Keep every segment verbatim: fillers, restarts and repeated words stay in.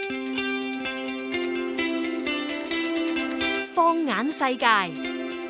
放眼世界。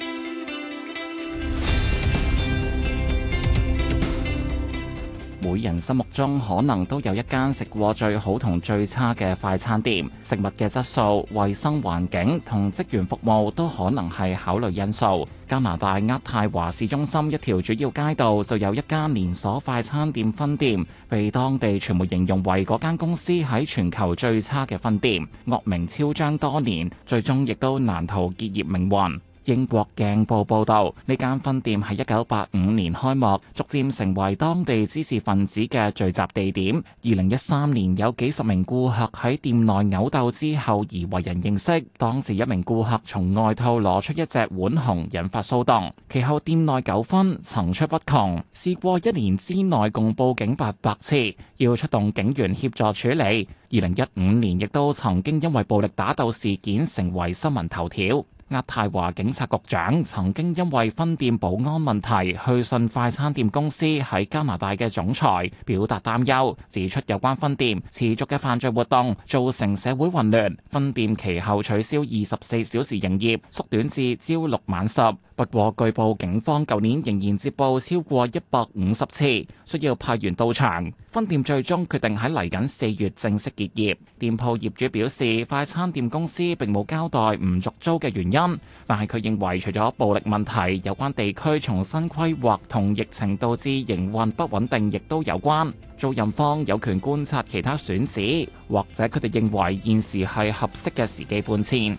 每人心目中可能都有一間食過最好同最差嘅快餐店，食物嘅質素、衛生環境同職員服務都可能係考慮因素。加拿大渥太華市中心一條主要街道就有一間連鎖快餐店分店，被當地傳媒形容為嗰間公司喺全球最差嘅分店，惡名昭彰多年，最終亦都難逃結業命運。英國鏡報報導，呢間分店喺一九八五年開幕，逐漸成為當地知識分子嘅聚集地點。二零一三年有幾十名顧客喺店內毆鬥之後而為人認識，當時一名顧客從外套攞出一隻浣熊，引發騷動。其後店內糾紛層出不窮，試過一年之內共報警八百次，要出動警員協助處理。二零一五年亦都曾經因為暴力打鬥事件成為新聞頭條。渥太華警察局長曾經因為分店保安問題去信快餐店公司喺加拿大嘅總裁，表達擔憂，指出有關分店持續嘅犯罪活動造成社會混亂。分店其後取消二十四小時營業，縮短至朝六晚十。不過據報警方舊年仍然接報超過一百五十次，需要派員到場。分店最終決定喺嚟緊四月正式結業。店鋪業主表示，快餐店公司並冇交代唔續租嘅原因，但係佢認為除咗暴力問題，有關地區重新規劃同疫情導致營運不穩定亦都有關。租賃方有權觀察其他選址，或者佢哋認為現時係合適嘅時機搬遷。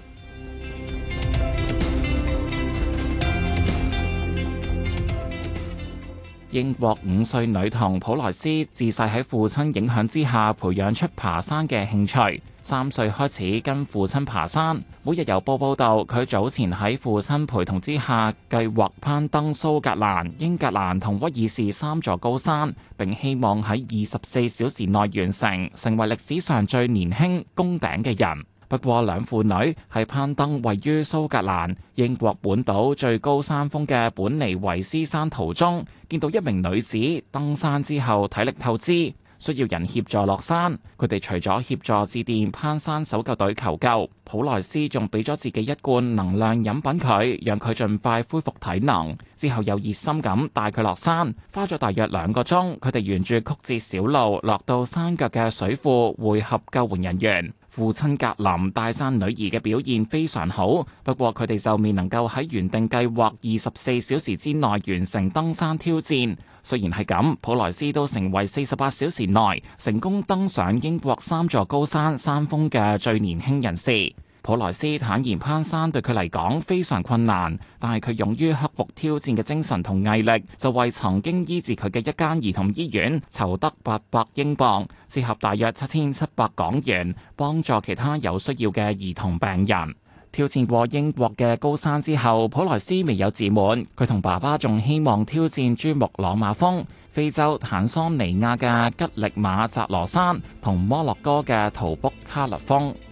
英國五歲女童普萊斯自細喺父親影響之下培養出爬山嘅興趣，三歲開始跟父親爬山。每日郵報報道，佢早前喺父親陪同之下計劃攀登蘇格蘭、英格蘭同威爾士三座高山，並希望喺二十四小時內完成，成為歷史上最年輕攻頂嘅人。不過兩父女喺攀登位於蘇格蘭英國本島最高山峰嘅本尼維斯山途中，見到一名女子登山之後體力透支，需要人協助落山。佢哋除咗協助致電攀山搜救隊求救，普萊斯仲俾咗自己一罐能量飲品佢，讓佢盡快恢復體能。之後又熱心咁帶佢落山，花咗大約兩個鐘，佢哋沿住曲折小路落到山腳嘅水庫會合救援人員。父親格林大讚女兒嘅表現非常好，不過佢哋就未能夠喺原定計劃二十四小時之內完成登山挑戰。雖然係咁，普萊斯都成為四十八小時內成功登上英國三座高山山峰嘅最年輕人士。普萊斯坦言攀山對佢嚟講非常困難，但係佢勇於克服挑戰嘅精神同毅力，就為曾經醫治佢嘅一間兒童醫院籌得八百英鎊，折合大約七千七百港元，幫助其他有需要嘅兒童病人。挑戰過英國嘅高山之後，普萊斯未有自滿，佢同爸爸仲希望挑戰珠穆朗瑪峰、非洲坦桑尼亞嘅吉力馬扎羅山同摩洛哥嘅圖卜卡勒峰。